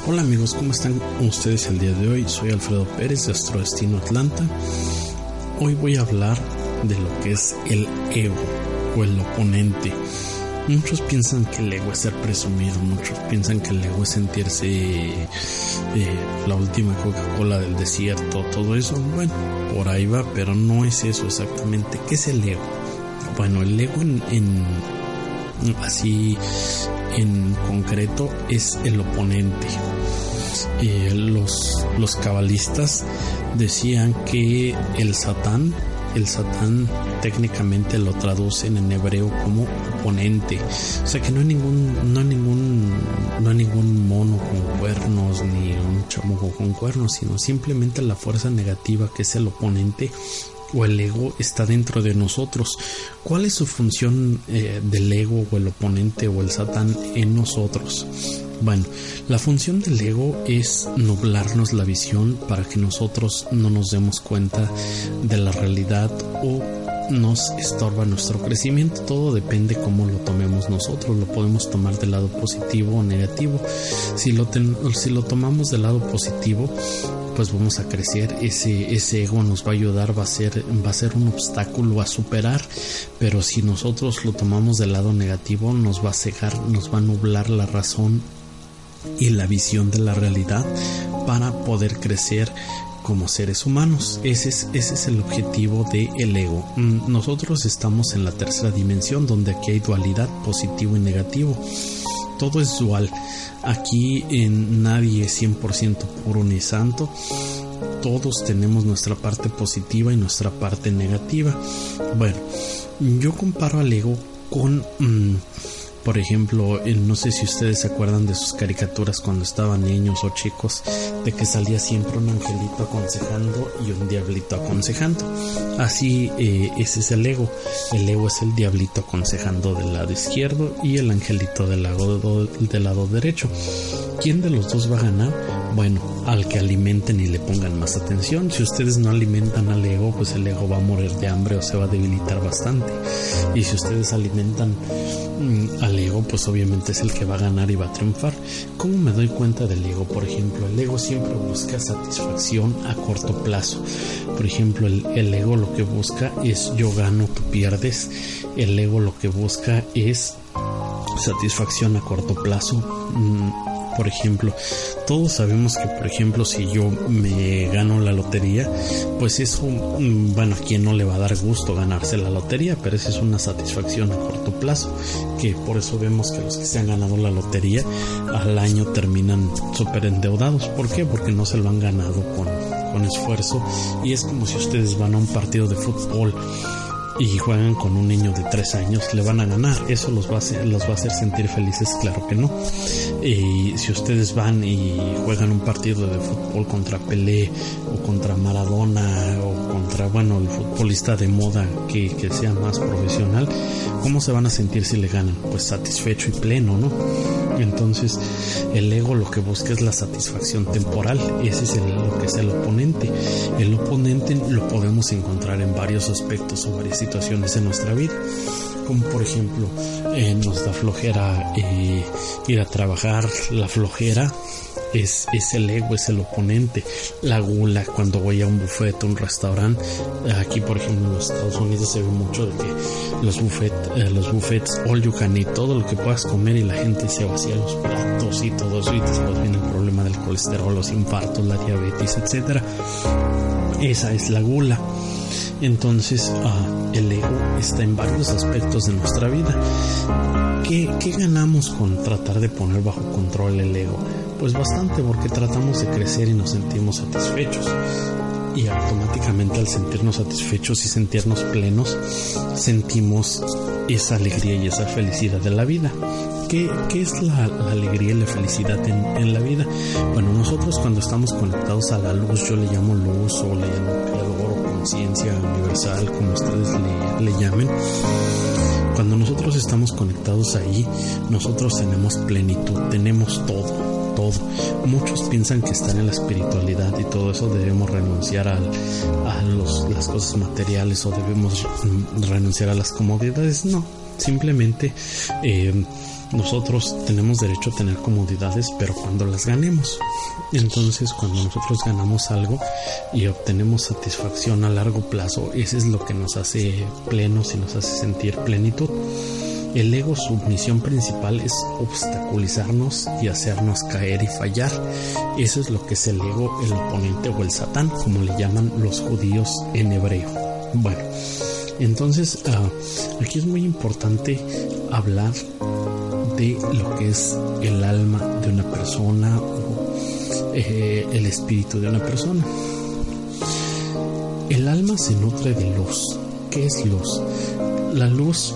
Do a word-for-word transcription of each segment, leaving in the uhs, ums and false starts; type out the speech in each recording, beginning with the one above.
Hola amigos, ¿cómo están ustedes el día de hoy? Soy Alfredo Pérez de Astrodestino Atlanta. Hoy voy a hablar de lo que es el ego o el oponente. Muchos piensan que el ego es ser presumido, muchos piensan que el ego es sentirse eh, la última Coca-Cola del desierto, todo eso. Bueno, por ahí va, pero no es eso exactamente. ¿Qué es el ego? Bueno, el ego en, en así en concreto es el oponente. Eh, los, los cabalistas decían que el Satán, el Satán técnicamente lo traducen en hebreo como oponente. O sea que no hay ningún, no hay ningún, no hay ningún mono con cuernos ni un chamuco con cuernos, sino simplemente la fuerza negativa que es el oponente o el ego está dentro de nosotros. ¿Cuál es su función eh, del ego o el oponente o el Satán en nosotros? Bueno, la función del ego es nublarnos la visión para que nosotros no nos demos cuenta de la realidad o nos estorba nuestro crecimiento. Todo depende cómo lo tomemos nosotros. Lo podemos tomar del lado positivo o negativo. Si lo, ten, si lo tomamos del lado positivo, pues vamos a crecer. Ese, ese ego nos va a ayudar, va a ser, va a ser un obstáculo a superar. Pero si nosotros lo tomamos del lado negativo, nos va a cegar, nos va a nublar la razón y la visión de la realidad para poder crecer como seres humanos. Ese es, ese es el objetivo del ego. Nosotros estamos en la tercera dimensión, donde aquí hay dualidad, positivo y negativo. Todo es dual. Aquí en nadie es cien por ciento puro ni santo. Todos tenemos nuestra parte positiva y nuestra parte negativa. Bueno, yo comparo al ego con... Mmm, Por ejemplo, no sé si ustedes se acuerdan de sus caricaturas cuando estaban niños o chicos, de que salía siempre un angelito aconsejando y un diablito aconsejando. Así, eh, ese es el ego. El ego es el diablito aconsejando del lado izquierdo y el angelito del lado, del lado derecho. ¿Quién de los dos va a ganar? Bueno, al que alimenten y le pongan más atención. Si ustedes no alimentan al ego, pues el ego va a morir de hambre o se va a debilitar bastante. Y si ustedes alimentan mmm, al ego, pues obviamente es el que va a ganar y va a triunfar. ¿Cómo me doy cuenta del ego? Por ejemplo, el ego siempre busca satisfacción a corto plazo. Por ejemplo, el, el ego lo que busca es yo gano, tú pierdes. El ego lo que busca es satisfacción a corto plazo. Mm, Por ejemplo, todos sabemos que, por ejemplo, si yo me gano la lotería, pues eso, bueno, a quien no le va a dar gusto ganarse la lotería, pero esa es una satisfacción a corto plazo, que por eso vemos que los que se han ganado la lotería al año terminan súper endeudados. ¿Por qué? Porque no se lo han ganado con, con esfuerzo. Y es como si ustedes van a un partido de fútbol y juegan con un niño de tres años, le van a ganar. ¿Eso los va a hacer, los va a hacer sentir felices? Claro que no. Y si ustedes van y juegan un partido de fútbol contra Pelé o contra Maradona o contra, bueno, el futbolista de moda que, que sea más profesional, ¿cómo se van a sentir si le ganan? Pues satisfecho y pleno, ¿no? Entonces el ego lo que busca es la satisfacción temporal. Ese es el, lo que es el oponente. El oponente lo podemos encontrar en varios aspectos o varias situaciones en nuestra vida, como por ejemplo eh, nos da flojera eh, ir a trabajar. La flojera es, es el ego, es el oponente. La gula, cuando voy a un buffet, un restaurante, aquí por ejemplo en los Estados Unidos se ve mucho de que los buffet, eh, los buffets all you can eat, todo lo que puedas comer, y la gente se vacía los platos y todo eso, y después viene el problema del colesterol, los infartos, la diabetes, etcétera. Esa es la gula. Entonces uh, el ego está en varios aspectos de nuestra vida. ¿Qué, ¿Qué ganamos con tratar de poner bajo control el ego? Pues bastante, porque tratamos de crecer y nos sentimos satisfechos. Y automáticamente al sentirnos satisfechos y sentirnos plenos, sentimos esa alegría y esa felicidad de la vida. ¿Qué, qué es la, la alegría y la felicidad en, en la vida? Bueno, nosotros cuando estamos conectados a la luz, yo le llamo luz o le llamo calor o conciencia universal, como ustedes le, le llamen. Cuando nosotros estamos conectados ahí, nosotros tenemos plenitud, tenemos todo. Todo. Muchos piensan que estar en la espiritualidad y todo eso debemos renunciar a, a los, las cosas materiales o debemos renunciar a las comodidades. No, Simplemente eh, nosotros tenemos derecho a tener comodidades, pero cuando las ganemos. Entonces, cuando nosotros ganamos algo y obtenemos satisfacción a largo plazo, eso es lo que nos hace plenos y nos hace sentir plenitud. El ego, su misión principal es obstaculizarnos y hacernos caer y fallar. Eso es lo que es el ego, el oponente o el satán, como le llaman los judíos en hebreo. Bueno, entonces uh, aquí es muy importante hablar de lo que es el alma de una persona o eh, el espíritu de una persona. El alma se nutre de luz. ¿Qué es luz? La luz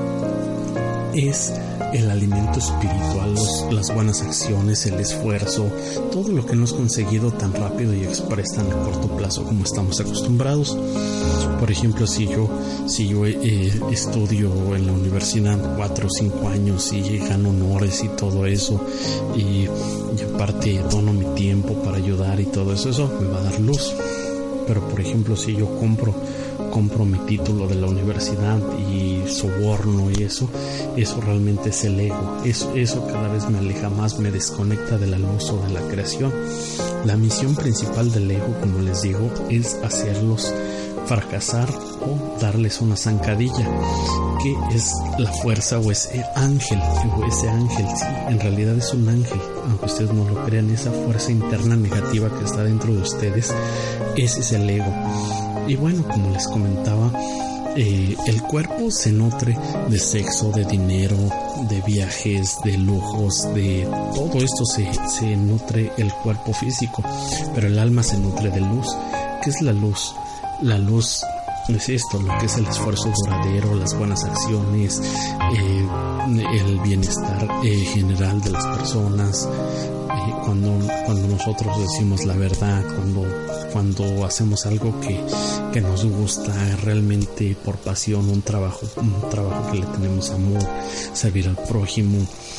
es el alimento espiritual, los, las buenas acciones, el esfuerzo, todo lo que no es conseguido tan rápido y expresa en a corto plazo como estamos acostumbrados. Por ejemplo, si yo, si yo eh, estudio en la universidad cuatro o cinco años y gano honores y todo eso, y, y aparte dono mi tiempo para ayudar y todo eso, eso me va a dar luz. Pero por ejemplo, si yo compro compro mi título de la universidad y soborno y eso, eso realmente es el ego. Eso, eso cada vez me aleja más, me desconecta de la luz o de la creación. La misión principal del ego, como les digo, es hacerlos fracasar o darles una zancadilla, que es la fuerza o ese ángel, o ese ángel, sí, en realidad es un ángel, aunque ustedes no lo crean, esa fuerza interna negativa que está dentro de ustedes, ese es el ego. Y bueno, como les comentaba, eh, el cuerpo se nutre de sexo, de dinero, de viajes, de lujos, de todo esto se, se nutre el cuerpo físico, pero el alma se nutre de luz. ¿Qué es la luz? La luz es esto, lo que es el esfuerzo duradero, las buenas acciones, eh, el bienestar eh, general de las personas. Eh, cuando, cuando nosotros decimos la verdad, cuando, cuando hacemos algo que, que nos gusta realmente por pasión, un trabajo, un trabajo que le tenemos amor, servir al prójimo,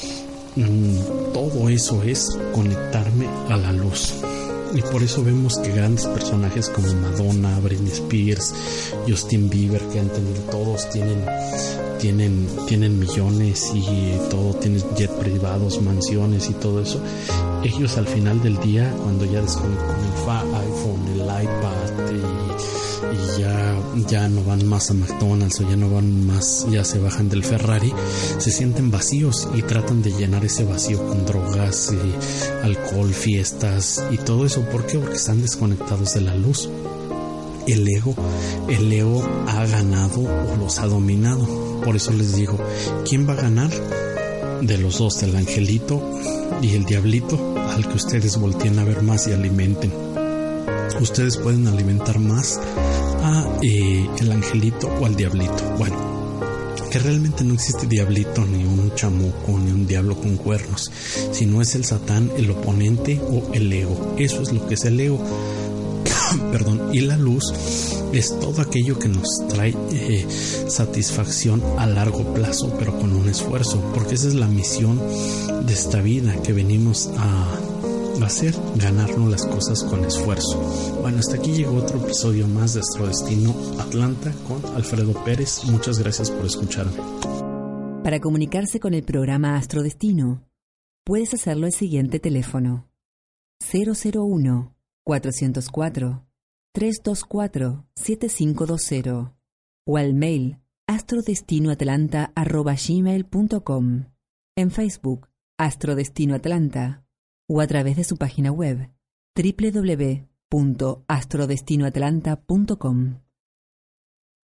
mmm, todo eso es conectarme a la luz. Y por eso vemos que grandes personajes como Madonna, Britney Spears, Justin Bieber, que han tenido, todos tienen, tienen, tienen millones y todo, tienen jet privados, mansiones y todo eso. Ellos al final del día, cuando ya desconectan el iPhone, el iPad y, y ya, ya no van más a McDonald's o ya no van más, ya se bajan del Ferrari, se sienten vacíos y tratan de llenar ese vacío con drogas, y alcohol, fiestas y todo eso. ¿Por qué? Porque están desconectados de la luz. El ego, el ego ha ganado o los ha dominado. Por eso les digo, ¿quién va a ganar? De los dos, el angelito y el diablito, al que ustedes volteen a ver más y alimenten. Ustedes pueden alimentar más a eh, el angelito o al diablito. Bueno, que realmente no existe diablito, ni un chamuco, ni un diablo con cuernos, sino es el satán, el oponente o el ego. Eso es lo que es el ego. Perdón. Y la luz es todo aquello que nos trae eh, satisfacción a largo plazo, pero con un esfuerzo, porque esa es la misión de esta vida, que venimos a hacer, ganarnos las cosas con esfuerzo. Bueno, hasta aquí llegó otro episodio más de Astrodestino Atlanta con Alfredo Pérez. Muchas gracias por escucharme. Para comunicarse con el programa Astrodestino, puedes hacerlo al siguiente teléfono: cero cero uno, cuatrocientos cuatro, trescientos veinticuatro, setenta y cinco veinte o al mail astrodestinoatlanta arroba gmail punto com, en Facebook Astrodestino Atlanta o a través de su página web doble u doble u doble u punto astrodestinoatlanta punto com.